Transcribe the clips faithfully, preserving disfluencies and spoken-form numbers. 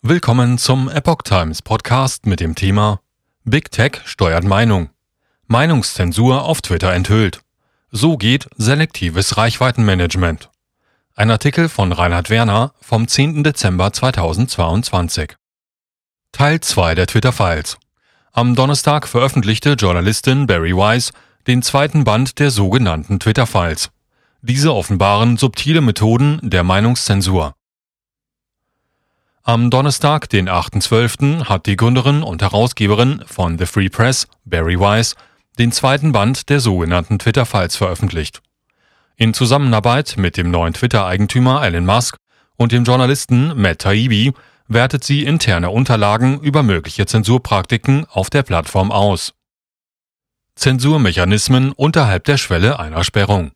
Willkommen zum Epoch Times Podcast mit dem Thema Big Tech steuert Meinung. Meinungszensur auf Twitter enthüllt. So geht selektives Reichweitenmanagement. Ein Artikel von Reinhard Werner vom zehnten Dezember zweitausendzweiundzwanzig. Teil zwei der Twitter-Files. Am Donnerstag veröffentlichte Journalistin Bari Weiss den zweiten Band der sogenannten Twitter-Files. Diese offenbaren subtile Methoden der Meinungszensur. Am Donnerstag, den achten zwölften, hat die Gründerin und Herausgeberin von The Free Press, Bari Weiss, den zweiten Band der sogenannten Twitter-Files veröffentlicht. In Zusammenarbeit mit dem neuen Twitter-Eigentümer Elon Musk und dem Journalisten Matt Taibbi wertet sie interne Unterlagen über mögliche Zensurpraktiken auf der Plattform aus. Zensurmechanismen unterhalb der Schwelle einer Sperrung.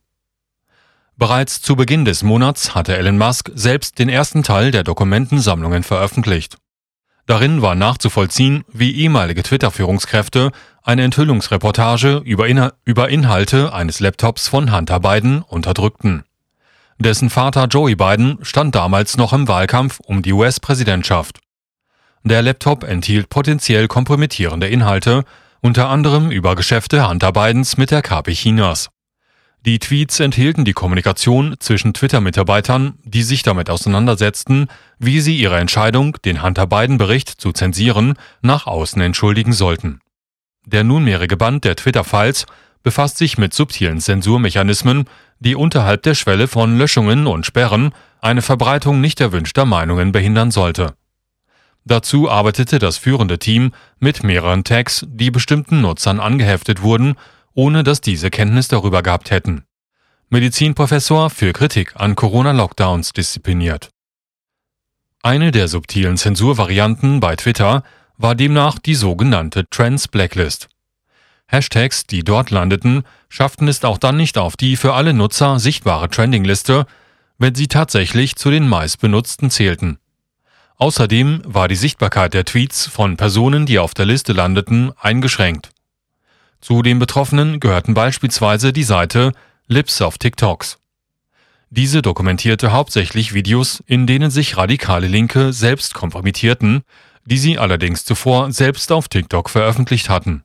Bereits zu Beginn des Monats hatte Elon Musk selbst den ersten Teil der Dokumentensammlungen veröffentlicht. Darin war nachzuvollziehen, wie ehemalige Twitter-Führungskräfte eine Enthüllungsreportage über, Inha- über Inhalte eines Laptops von Hunter Biden unterdrückten. Dessen Vater Joey Biden stand damals noch im Wahlkampf um die U S-Präsidentschaft. Der Laptop enthielt potenziell kompromittierende Inhalte, unter anderem über Geschäfte Hunter Bidens mit der K P Chinas. Die Tweets enthielten die Kommunikation zwischen Twitter-Mitarbeitern, die sich damit auseinandersetzten, wie sie ihre Entscheidung, den Hunter-Biden-Bericht zu zensieren, nach außen entschuldigen sollten. Der nunmehrige Band der Twitter-Files befasst sich mit subtilen Zensurmechanismen, die unterhalb der Schwelle von Löschungen und Sperren eine Verbreitung nicht erwünschter Meinungen behindern sollte. Dazu arbeitete das führende Team mit mehreren Tags, die bestimmten Nutzern angeheftet wurden, ohne dass diese Kenntnis darüber gehabt hätten. Medizinprofessor für Kritik an Corona-Lockdowns diszipliniert. Eine der subtilen Zensurvarianten bei Twitter war demnach die sogenannte Trends Blacklist. Hashtags, die dort landeten, schafften es auch dann nicht auf die für alle Nutzer sichtbare Trending-Liste, wenn sie tatsächlich zu den meistbenutzten zählten. Außerdem war die Sichtbarkeit der Tweets von Personen, die auf der Liste landeten, eingeschränkt. Zu den Betroffenen gehörten beispielsweise die Seite Lips of TikToks. Diese dokumentierte hauptsächlich Videos, in denen sich radikale Linke selbst kompromittierten, die sie allerdings zuvor selbst auf TikTok veröffentlicht hatten.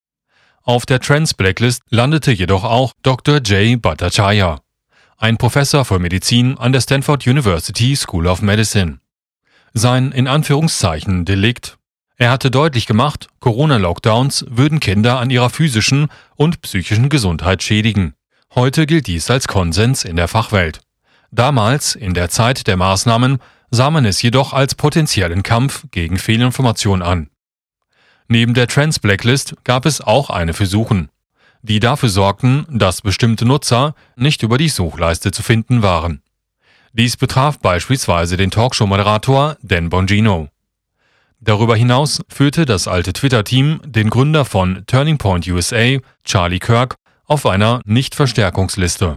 Auf der Trends Blacklist landete jedoch auch Doktor Jay Bhattacharya, ein Professor für Medizin an der Stanford University School of Medicine. Sein in Anführungszeichen Delikt: Er hatte deutlich gemacht, Corona-Lockdowns würden Kinder an ihrer physischen und psychischen Gesundheit schädigen. Heute gilt dies als Konsens in der Fachwelt. Damals, in der Zeit der Maßnahmen, sah man es jedoch als potenziellen Kampf gegen Fehlinformation an. Neben der Trends Blacklist gab es auch eine für Suchen, die dafür sorgten, dass bestimmte Nutzer nicht über die Suchleiste zu finden waren. Dies betraf beispielsweise den Talkshow-Moderator Dan Bongino. Darüber hinaus führte das alte Twitter-Team den Gründer von Turning Point U S A, Charlie Kirk, auf einer Nicht-Verstärkungsliste.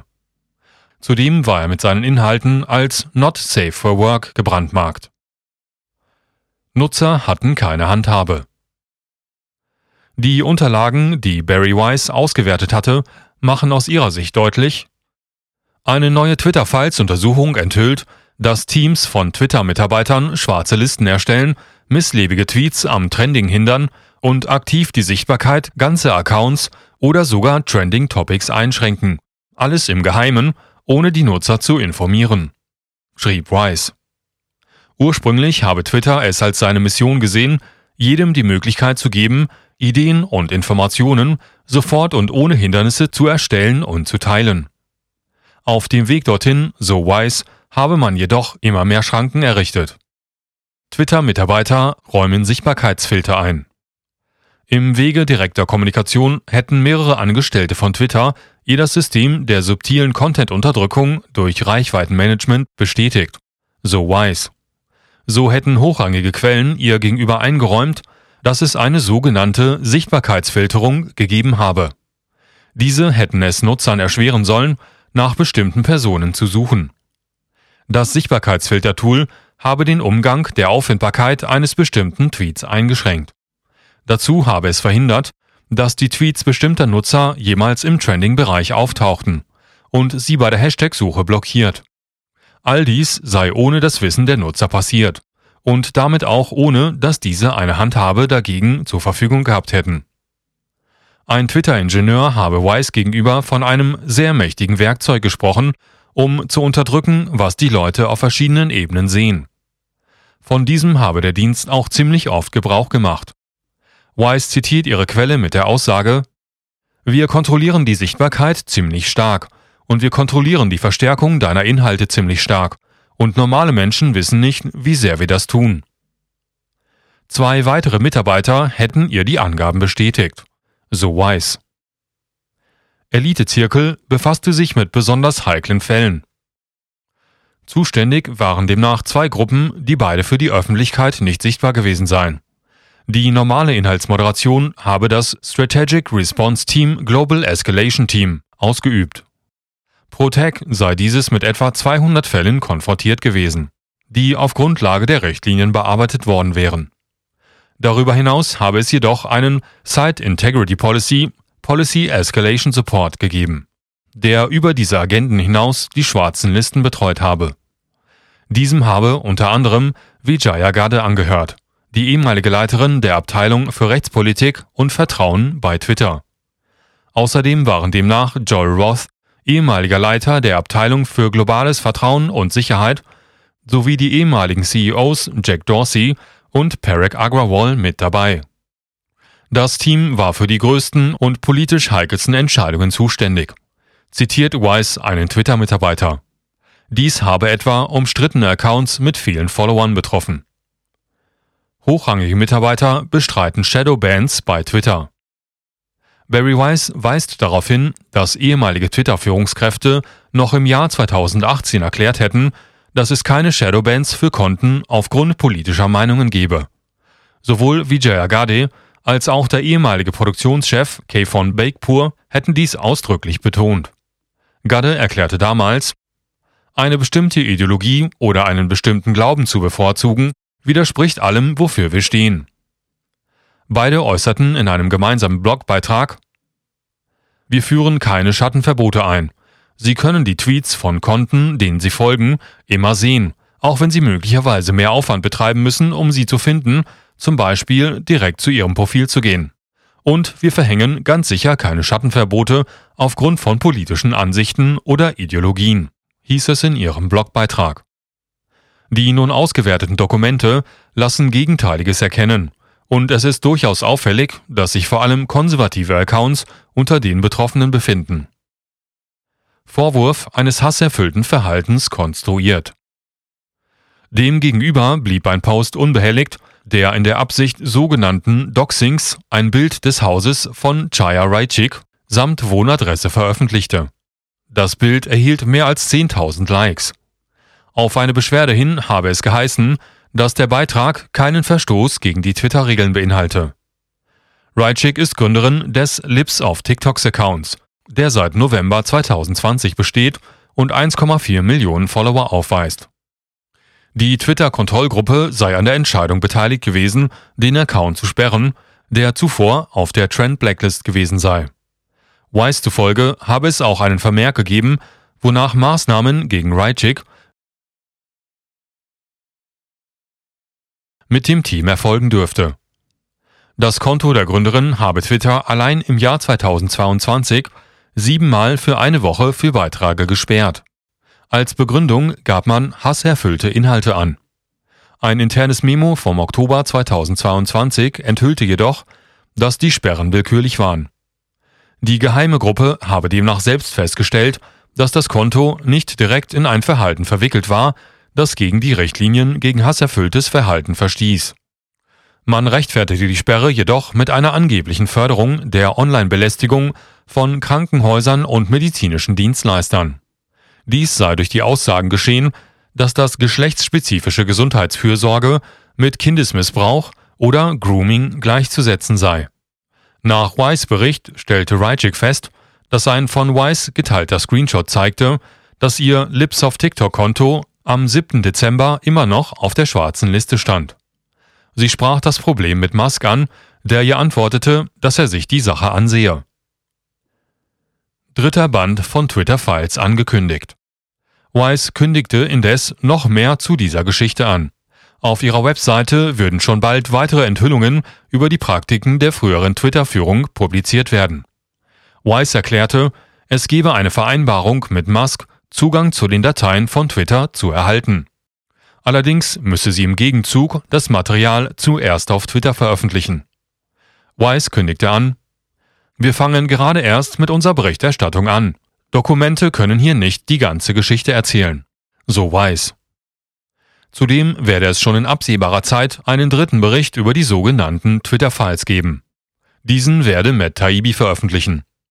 Zudem war er mit seinen Inhalten als Not Safe for Work gebrandmarkt. Nutzer hatten keine Handhabe. Die Unterlagen, die Bari Weiss ausgewertet hatte, machen aus ihrer Sicht deutlich: Eine neue Twitter-Files-Untersuchung enthüllt, dass Teams von Twitter-Mitarbeitern schwarze Listen erstellen, misslebige Tweets am Trending hindern und aktiv die Sichtbarkeit ganzer Accounts oder sogar Trending Topics einschränken. Alles im Geheimen, ohne die Nutzer zu informieren, schrieb Weiss. Ursprünglich habe Twitter es als seine Mission gesehen, jedem die Möglichkeit zu geben, Ideen und Informationen sofort und ohne Hindernisse zu erstellen und zu teilen. Auf dem Weg dorthin, so Weiss, habe man jedoch immer mehr Schranken errichtet. Twitter-Mitarbeiter räumen Sichtbarkeitsfilter ein. Im Wege direkter Kommunikation hätten mehrere Angestellte von Twitter ihr das System der subtilen Content-Unterdrückung durch Reichweitenmanagement bestätigt, so Weiss. So hätten hochrangige Quellen ihr gegenüber eingeräumt, dass es eine sogenannte Sichtbarkeitsfilterung gegeben habe. Diese hätten es Nutzern erschweren sollen, nach bestimmten Personen zu suchen. Das Sichtbarkeitsfilter-Tool habe den Umgang der Auffindbarkeit eines bestimmten Tweets eingeschränkt. Dazu habe es verhindert, dass die Tweets bestimmter Nutzer jemals im Trending-Bereich auftauchten und sie bei der Hashtag-Suche blockiert. All dies sei ohne das Wissen der Nutzer passiert und damit auch ohne, dass diese eine Handhabe dagegen zur Verfügung gehabt hätten. Ein Twitter-Ingenieur habe Wise gegenüber von einem sehr mächtigen Werkzeug gesprochen, um zu unterdrücken, was die Leute auf verschiedenen Ebenen sehen. Von diesem habe der Dienst auch ziemlich oft Gebrauch gemacht. Wise zitiert ihre Quelle mit der Aussage: Wir kontrollieren die Sichtbarkeit ziemlich stark und wir kontrollieren die Verstärkung deiner Inhalte ziemlich stark und normale Menschen wissen nicht, wie sehr wir das tun. Zwei weitere Mitarbeiter hätten ihr die Angaben bestätigt. So Wise. Elite-Zirkel befasste sich mit besonders heiklen Fällen. Zuständig waren demnach zwei Gruppen, die beide für die Öffentlichkeit nicht sichtbar gewesen seien. Die normale Inhaltsmoderation habe das Strategic Response Team Global Escalation Team ausgeübt. Pro Tag sei dieses mit etwa zweihundert Fällen konfrontiert gewesen, die auf Grundlage der Richtlinien bearbeitet worden wären. Darüber hinaus habe es jedoch einen Site Integrity Policy, Policy Escalation Support gegeben, der über diese Agenten hinaus die schwarzen Listen betreut habe. Diesem habe unter anderem Vijaya Gadde angehört, die ehemalige Leiterin der Abteilung für Rechtspolitik und Vertrauen bei Twitter. Außerdem waren demnach Joel Roth, ehemaliger Leiter der Abteilung für globales Vertrauen und Sicherheit, sowie die ehemaligen C E Os Jack Dorsey und Parag Agrawal mit dabei. Das Team war für die größten und politisch heikelsten Entscheidungen zuständig, zitiert Wise einen Twitter-Mitarbeiter. Dies habe etwa umstrittene Accounts mit vielen Followern betroffen. Hochrangige Mitarbeiter bestreiten Shadowbans bei Twitter. Bari Weiss weist darauf hin, dass ehemalige Twitter-Führungskräfte noch im Jahr zweitausendachtzehn erklärt hätten, dass es keine Shadowbans für Konten aufgrund politischer Meinungen gebe. Sowohl Vijaya Gadde als auch der ehemalige Produktionschef Kayvon Beykpour hätten dies ausdrücklich betont. Gadde erklärte damals, eine bestimmte Ideologie oder einen bestimmten Glauben zu bevorzugen, widerspricht allem, wofür wir stehen. Beide äußerten in einem gemeinsamen Blogbeitrag: Wir führen keine Schattenverbote ein. Sie können die Tweets von Konten, denen Sie folgen, immer sehen, auch wenn Sie möglicherweise mehr Aufwand betreiben müssen, um sie zu finden, zum Beispiel direkt zu Ihrem Profil zu gehen. Und wir verhängen ganz sicher keine Schattenverbote aufgrund von politischen Ansichten oder Ideologien, hieß es in ihrem Blogbeitrag. Die nun ausgewerteten Dokumente lassen Gegenteiliges erkennen, und es ist durchaus auffällig, dass sich vor allem konservative Accounts unter den Betroffenen befinden. Vorwurf eines hasserfüllten Verhaltens konstruiert. Demgegenüber blieb ein Post unbehelligt, der in der Absicht sogenannten Doxings ein Bild des Hauses von Chaya Raichik samt Wohnadresse veröffentlichte. Das Bild erhielt mehr als zehntausend Likes. Auf eine Beschwerde hin habe es geheißen, dass der Beitrag keinen Verstoß gegen die Twitter-Regeln beinhalte. Raichik ist Gründerin des Lips of TikToks Accounts, der seit November zweitausendzwanzig besteht und eins Komma vier Millionen Follower aufweist. Die Twitter-Kontrollgruppe sei an der Entscheidung beteiligt gewesen, den Account zu sperren, der zuvor auf der Trend-Blacklist gewesen sei. Wise zufolge habe es auch einen Vermerk gegeben, wonach Maßnahmen gegen Raichik mit dem Team erfolgen dürfte. Das Konto der Gründerin habe Twitter allein im Jahr zweitausendzweiundzwanzig siebenmal für eine Woche für Beiträge gesperrt. Als Begründung gab man hasserfüllte Inhalte an. Ein internes Memo vom Oktober zweitausendzweiundzwanzig enthüllte jedoch, dass die Sperren willkürlich waren. Die geheime Gruppe habe demnach selbst festgestellt, dass das Konto nicht direkt in ein Verhalten verwickelt war, das gegen die Richtlinien gegen hasserfülltes Verhalten verstieß. Man rechtfertigte die Sperre jedoch mit einer angeblichen Förderung der Online-Belästigung von Krankenhäusern und medizinischen Dienstleistern. Dies sei durch die Aussagen geschehen, dass das geschlechtsspezifische Gesundheitsfürsorge mit Kindesmissbrauch oder Grooming gleichzusetzen sei. Nach Wise' Bericht stellte Raichik fest, dass ein von Wise geteilter Screenshot zeigte, dass ihr Lips of TikTok-Konto am siebten Dezember immer noch auf der schwarzen Liste stand. Sie sprach das Problem mit Musk an, der ihr antwortete, dass er sich die Sache ansehe. Dritter Band von Twitter Files angekündigt. Wise kündigte indes noch mehr zu dieser Geschichte an. Auf ihrer Webseite würden schon bald weitere Enthüllungen über die Praktiken der früheren Twitter-Führung publiziert werden. Weiss erklärte, es gebe eine Vereinbarung mit Musk, Zugang zu den Dateien von Twitter zu erhalten. Allerdings müsse sie im Gegenzug das Material zuerst auf Twitter veröffentlichen. Weiss kündigte an: Wir fangen gerade erst mit unserer Berichterstattung an. Dokumente können hier nicht die ganze Geschichte erzählen. So Weiss. Zudem werde es schon in absehbarer Zeit einen dritten Bericht über die sogenannten Twitter-Files geben. Diesen werde Matt Taibbi veröffentlichen.